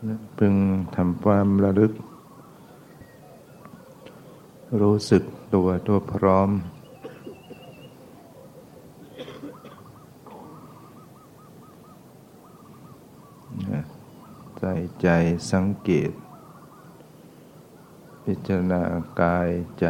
พึงทำความระลึกรู้สึกตัวทั่วพร้อมใส่ใจสังเกตพิจารณากายใจ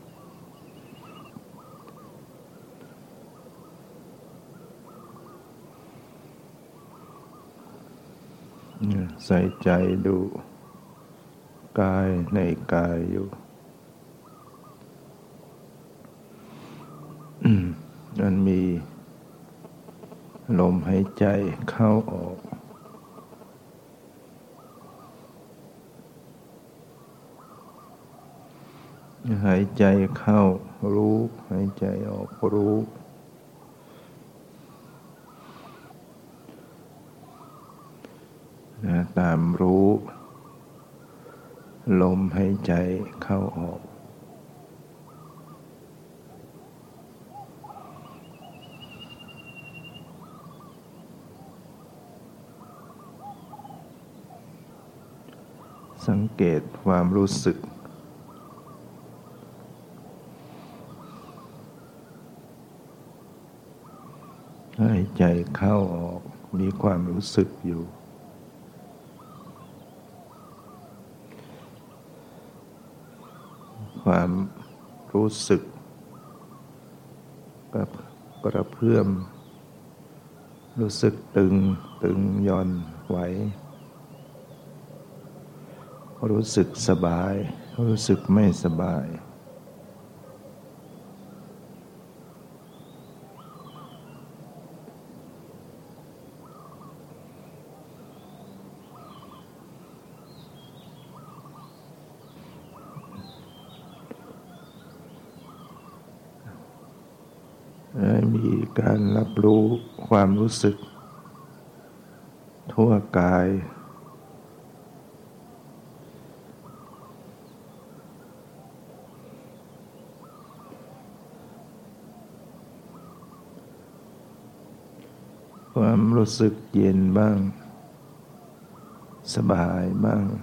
ใส่ใจดูกายในกายอยู่มันมีลมหายใจเข้าออกหายใจเข้ารู้หายใจออกรู้ตามรู้ลมหายใจเข้าออกสังเกตความรู้สึกหายใจเข้าออกมีความรู้สึกอยู่ความรู้สึกกับกระเพื่อมรู้สึกตึงหย่อนไหวรู้สึกสบายรู้สึกไม่สบายมีการรับรู้ความรู้สึกทั่วกายความรู้สึกเย็นบ้างสบายบ้าง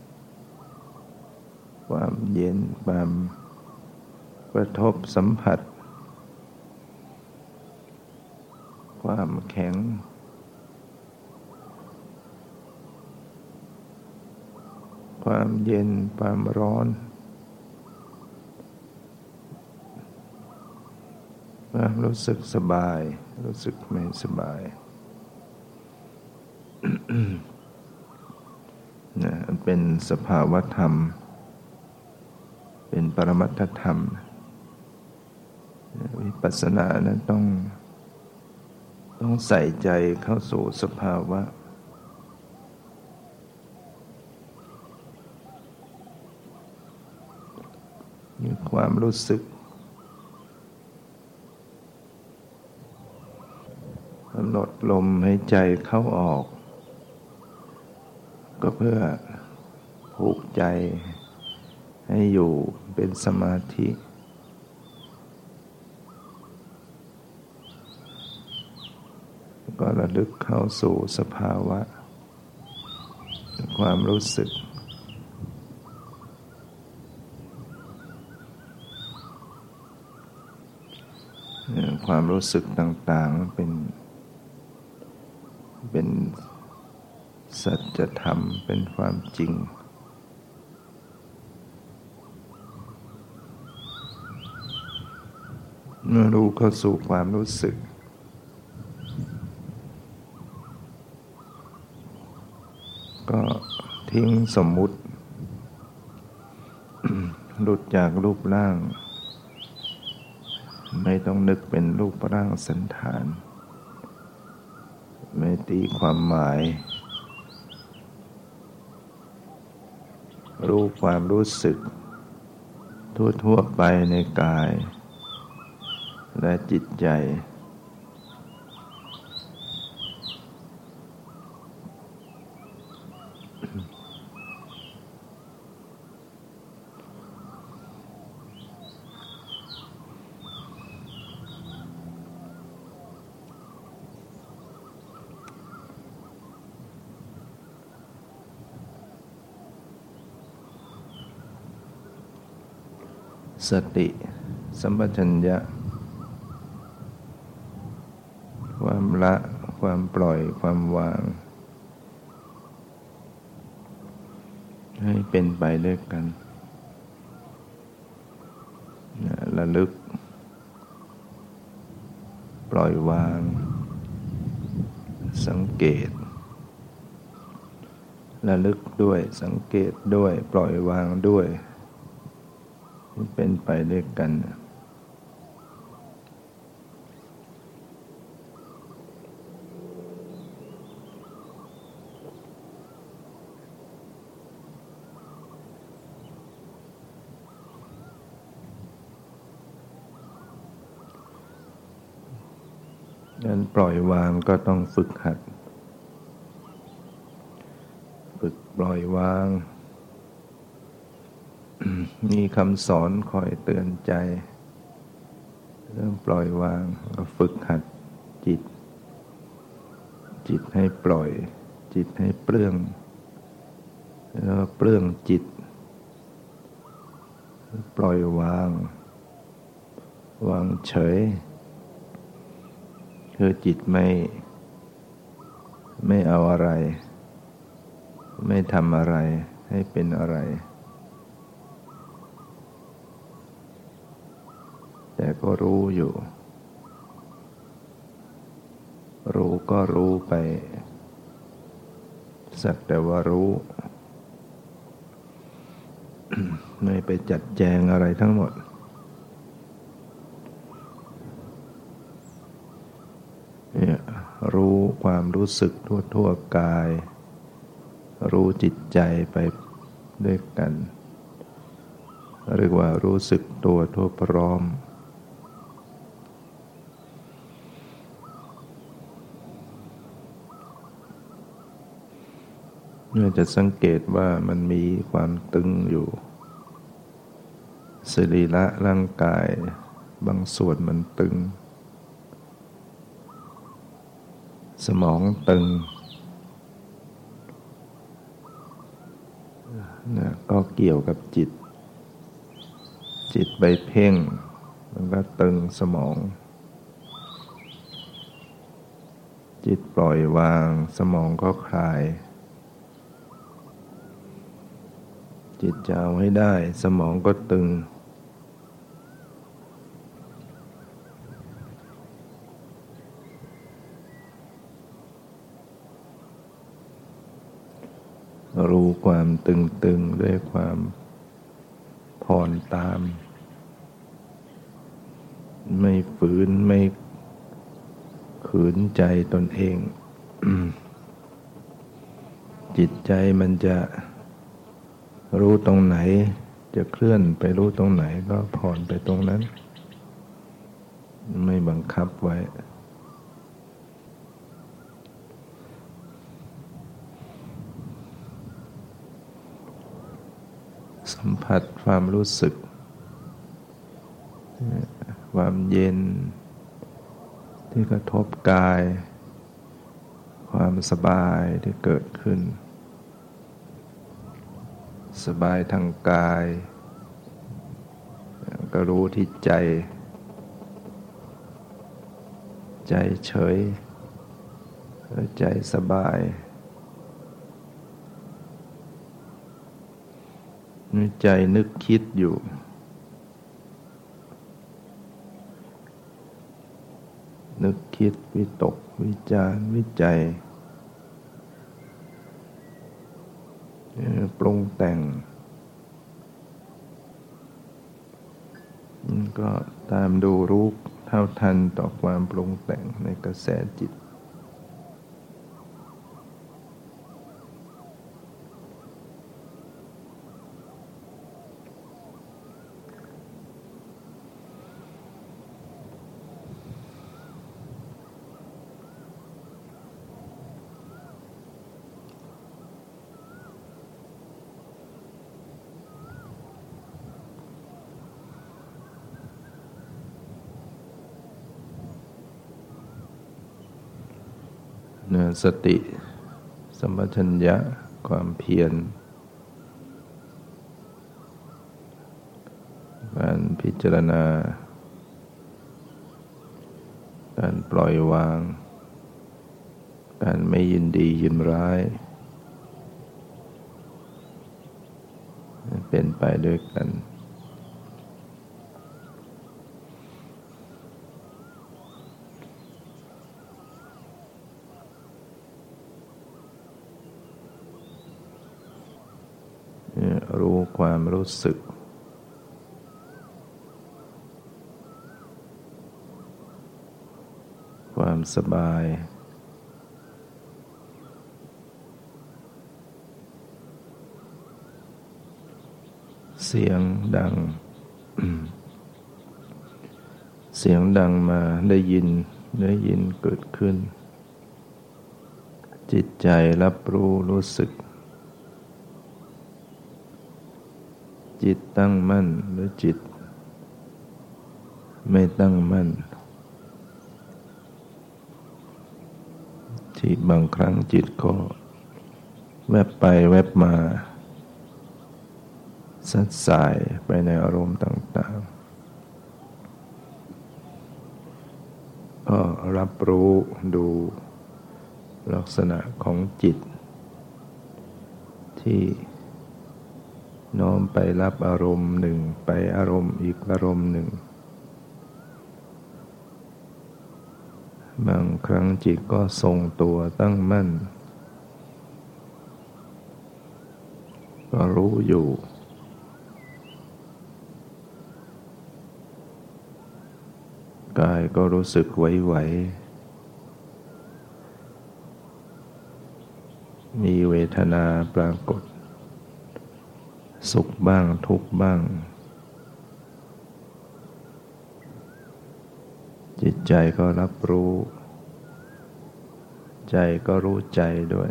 ความเย็นความกระทบสัมผัสความแข็งความเย็นความร้อนความรู้สึกสบายรู้สึกไม่สบาย เป็นสภาวธรรมเป็นปรมัตถธรรมวิปัสสนานั้นต้องใส่ใจเข้าสู่สภาวะมีความรู้สึกกำหนดลมหายใจเข้าออกก็เพื่อผูกใจให้อยู่เป็นสมาธิก็ระลึกเข้าสู่สภาวะความรู้สึกความรู้สึกต่างๆเป็นสัจธรรมเป็นความจริงเมื่อรู้เข้าสู่ความรู้สึกก็ทิ้งสมมุติ หลุดจากรูปร่างไม่ต้องนึกเป็นรูปร่างสันฐานไม่ตีความหมายรู้ความรู้สึกทั่วๆไปในกายและจิตใจสติสัมปชัญญะความละความปล่อยความวางให้เป็นไปด้วยกันระลึกปล่อยวางสังเกตระลึกด้วยสังเกตด้วยปล่อยวางด้วยเป็นไปด้วยกันการปล่อยวางก็ต้องฝึกหัดฝึกปล่อยวาง มีคำสอนคอยเตือนใจเรื่องปล่อยวางก็ฝึกหัดจิตให้ปล่อยจิตให้เปลื้องแล้วเปลื้องจิตปล่อยวางเฉยคือจิตไม่เอาอะไรไม่ทำอะไรให้เป็นอะไรแต่ก็รู้อยู่รู้ก็รู้ไปสักแต่ว่ารู้ ไม่ไปจัดแจงอะไรทั้งหมดเนี่ยรู้ความรู้สึกทั่วกายรู้จิตใจไปด้วยกันเรียกว่ารู้สึกตัวทั่วพร้อมเมื่อจะสังเกตว่ามันมีความตึงอยู่สรีระร่างกายบางส่วนมันตึงสมองตึงก็เกี่ยวกับจิตไปเพ่งมันก็ตึงสมองจิตปล่อยวางสมองก็คลายจิตจะเอาให้ได้สมองก็ตึงรู้ความตึงด้วยความผ่อนตามไม่ฝืนไม่ขืนใจตนเอง จิตใจมันจะรู้ตรงไหนจะเคลื่อนไปรู้ตรงไหนก็ผ่อนไปตรงนั้นไม่บังคับไว้สัมผัสความรู้สึกความเย็นที่กระทบกายความสบายที่เกิดขึ้นสบายทางกายก็รู้ที่ใจเฉยใจสบายใจนึกคิดอยู่นึกคิดวิตกวิจารวิจัยปรุงแต่งก็ตามดูรู้เท่าทันต่อความปรุงแต่งในกระแสจิตสติสัมปชัญญะความเพียรการเพิจารณาการปล่อยวางการไม่ยินดียินร้ายเป็นไปด้วยกันรู้ความรู้สึกความสบายเสียงดัง เสียงดังมาได้ยินเกิดขึ้นจิตใจรับรู้สึกจิตตั้งมั่นหรือจิตไม่ตั้งมั่นที่บางครั้งจิตก็แวบไปแวบมาสัดสายไปในอารมณ์ต่างๆก็รับรู้ดูลักษณะของจิตที่น้อมไปรับอารมณ์หนึ่งไปอารมณ์อีกอารมณ์หนึ่งบางครั้งจิตก็ทรงตัวตั้งมั่นก็รู้อยู่กายก็รู้สึกไหวๆมีเวทนาปรากฏสุขบ้างทุกข์บ้างจิตใจก็รับรู้ใจก็รู้ใจด้วย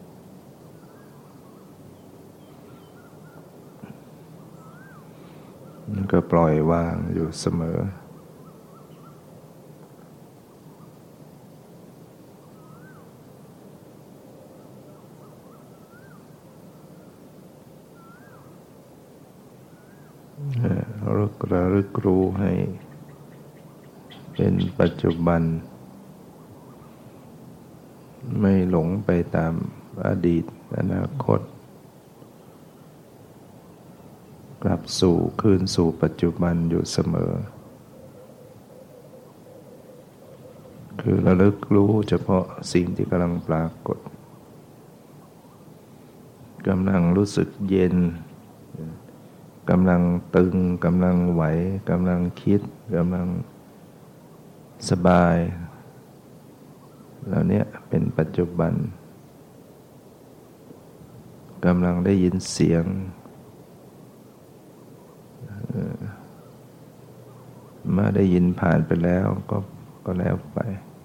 มันก็ปล่อยวางอยู่เสมอระลึกรู้ให้เป็นปัจจุบันไม่หลงไปตามอดีตอนาคตกลับคืนสู่ปัจจุบันอยู่เสมอคือระลึกรู้เฉพาะสิ่งที่กำลังปรากฏกำลังรู้สึกเย็นกำลังตึงกำลังไหวกำลังคิดกำลังสบายแล้วเนี่ยเป็นปัจจุบันกำลังได้ยินเสียงมาได้ยินผ่านไปแล้วก็แล้วไป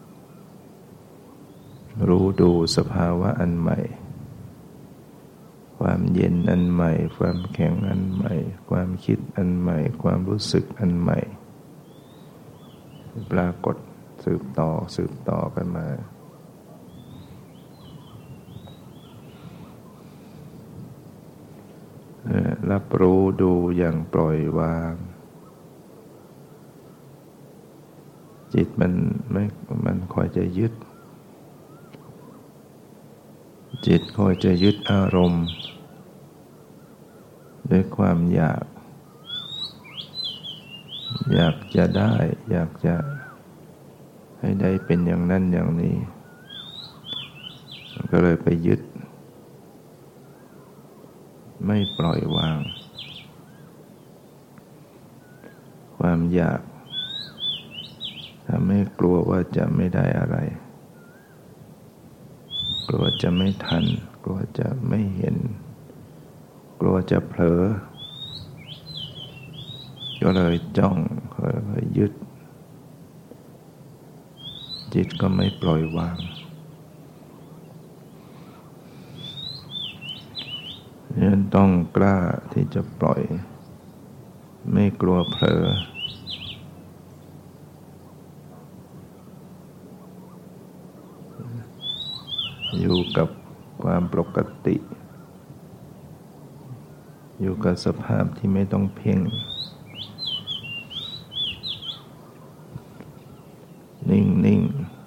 รู้ดูสภาวะอันใหม่ความเย็นอันใหม่ความแข็งอันใหม่ความคิดอันใหม่ความรู้สึกอันใหม่ปรากฏสืบต่อกันมารับรู้ดูอย่างปล่อยวางจิตมันคอยจะยึดจิตคอยจะยึดอารมณ์ด้วยความอยากจะได้อยากจะให้ได้เป็นอย่างนั้นอย่างนี้ก็เลยไปยึดไม่ปล่อยวางความอยากทำให้กลัวว่าจะไม่ได้อะไรกลัวจะไม่ทันกลัวจะไม่เห็นกลัวจะเผลอก็เลยจ้องเลยยึดจิตก็ไม่ปล่อยวางนั้นต้องกล้าที่จะปล่อยไม่กลัวเผลออยู่กับความปกติอยู่กับสภาพที่ไม่ต้องเพ่งนิ่ง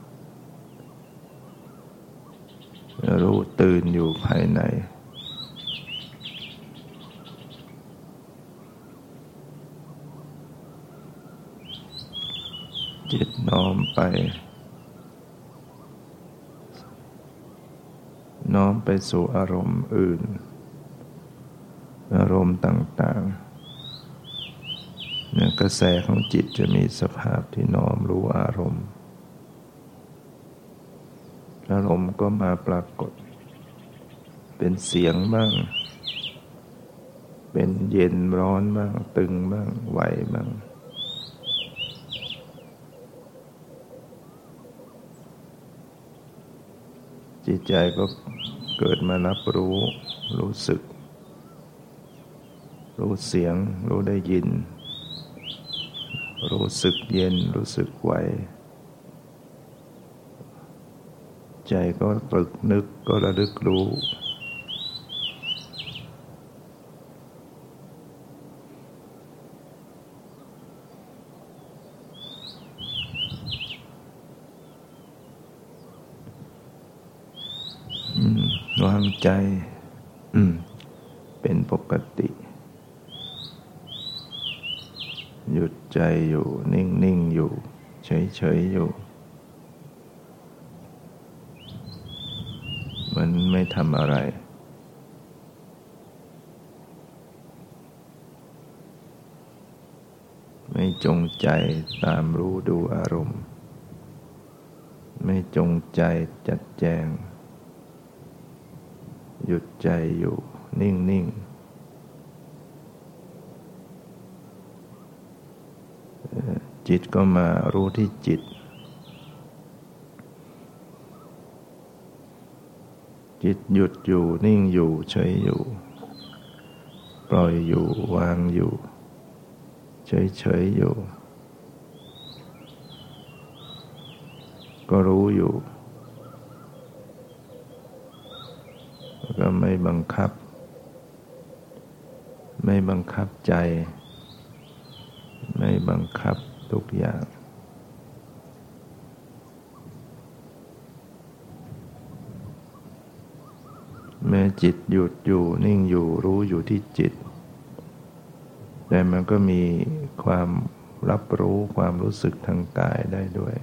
ๆรู้ตื่นอยู่ภายในจิตน้อมไปสู่อารมณ์อื่นอารมณ์ต่างๆเนี่ยกระแสของจิตจะมีสภาพที่น้อมรู้อารมณ์ก็มาปรากฏเป็นเสียงบ้างเป็นเย็นร้อนบ้างตึงบ้างไหวบ้างจิตใจก็เกิดมารับรู้สึกรู้เสียงรู้ได้ยินรู้สึกเย็นรู้สึกไหวใจก็ตรึกนึกก็ระลึกรู้วางใจเป็นปกติหยุดใจอยู่นิ่งๆอยู่เฉยๆอยู่มันไม่ทำอะไรไม่จงใจตามรู้ดูอารมณ์ไม่จงใจจัดแจงหยุดใจอยู่นิ่งๆจิตก็มารู้ที่จิตหยุดอยู่นิ่งอยู่เฉยอยู่ปล่อยอยู่วางอยู่เฉยอยู่ก็รู้อยู่ก็ไม่บังคับใจไม่บังคับทุกอย่างแม้จิตหยุดอยู่นิ่งอยู่รู้อยู่ที่จิตแต่มันก็มีความรับรู้ความรู้สึกทางกายได้ด้วย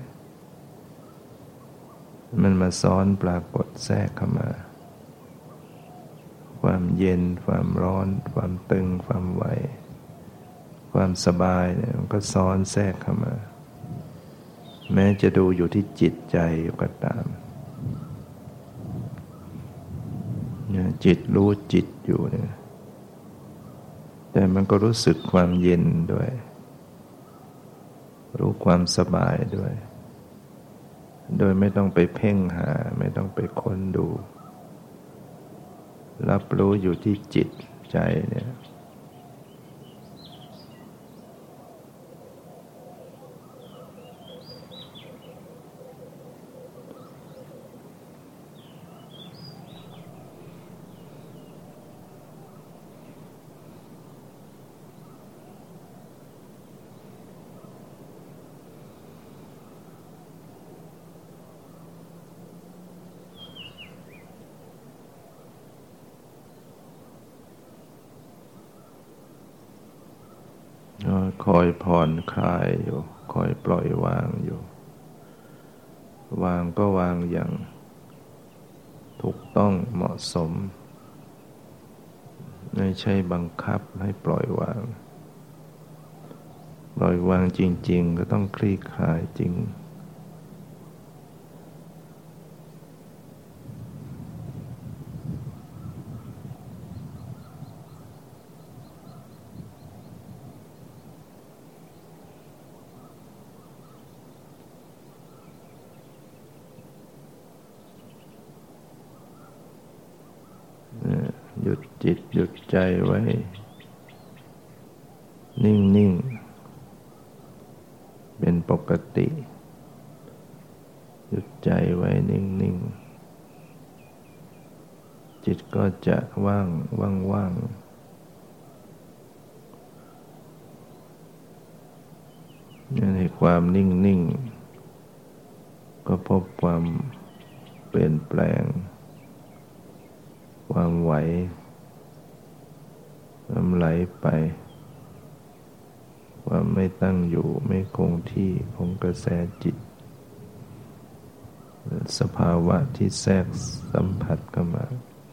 มันมาซ้อนปรากฏแทรกเข้ามาความเย็นความร้อนความตึงความไหวความสบายเนี่ยมันก็ซ้อนแทรกเข้ามาแม้จะดูอยู่ที่จิตใจก็ตามเนี่ยจิตรู้จิตอยู่เนี่ยแต่มันก็รู้สึกความเย็นด้วยรู้ความสบายด้วยโดยไม่ต้องไปเพ่งหาไม่ต้องไปค้นดูรับรู้อยู่ที่จิตใจเนี่ยคอยผ่อนคลายอยู่คอยปล่อยวางอยู่วางก็วางอย่างถูกต้องเหมาะสมไม่ใช่บังคับให้ปล่อยวางจริงๆก็ต้องคลี่คลายจริงหยุดจิตหยุดใจไว้นิ่งๆเป็นปกติหยุดใจไว้นิ่งๆจิตก็จะว่างในความนิ่งก็พบความเปลี่ยนแปลงความไหวความไหลไปความไม่ตั้งอยู่ไม่คงที่ของกระแสจิตสภาวะที่แทรกสัมผัสเข้ามา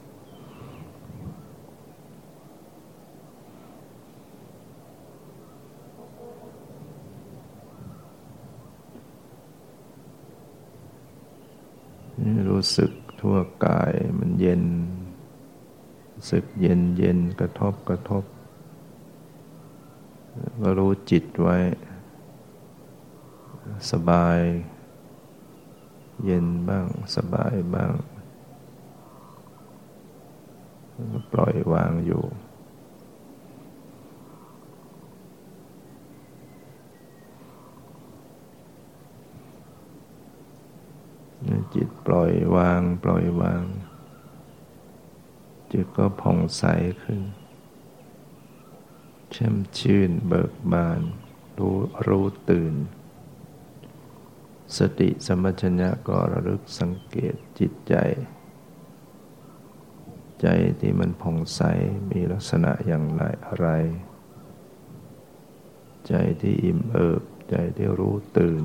รู้สึกทั่วกายมันเย็นรู้สึกเย็นเย็นกระทบก็รู้จิตไว้สบายเย็นบ้างสบายบ้างก็ปล่อยวางอยู่จิตปล่อยวางจิตก็ผ่องใสขึ้นแช่มชื่นเบิกบานรู้ตื่นสติสัมปชัญญะก็ระลึกสังเกตจิตใจที่มันผ่องใสมีลักษณะอย่างไรใจที่อิ่มเอิบใจที่รู้ตื่น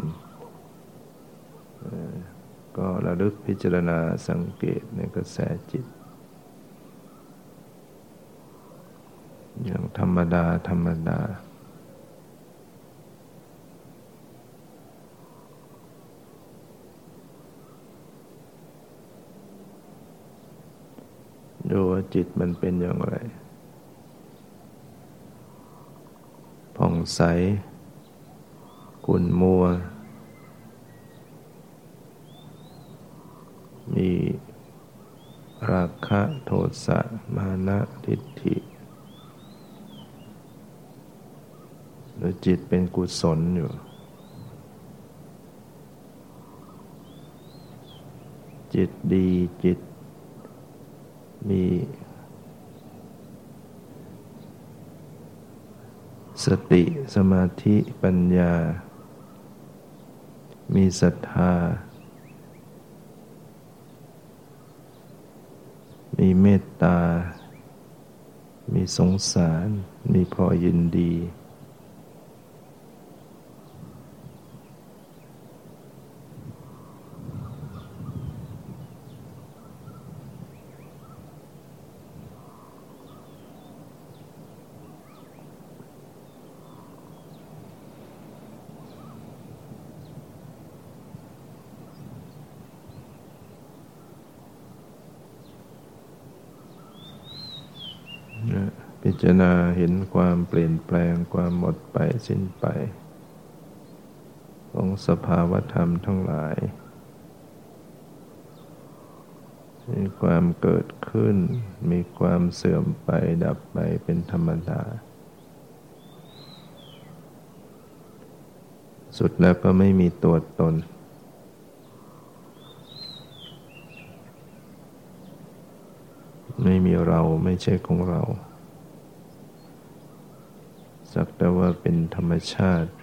ก็ระลึกพิจารณาสังเกตในกระแสจิตอย่างธรรมดาดูว่าจิตมันเป็นอย่างไรผ่องใสขุ่นมัวมีราคะโทสะมานะทิฏฐิหรือจิตเป็นกุศลอยู่จิตดีจิตมีสติสมาธิปัญญามีศรัทธามีเมตตามีสงสารมีพอยินดีพิจารณาเห็นความเปลี่ยนแปลงความหมดไปสิ้นไปของสภาวธรรมทั้งหลายมีความเกิดขึ้นมีความเสื่อมไปดับไปเป็นธรรมดาสุดแล้วก็ไม่มีตัวตนไม่มีเราไม่ใช่ของเราสักแต่ว่าเป็นธรรมชาติ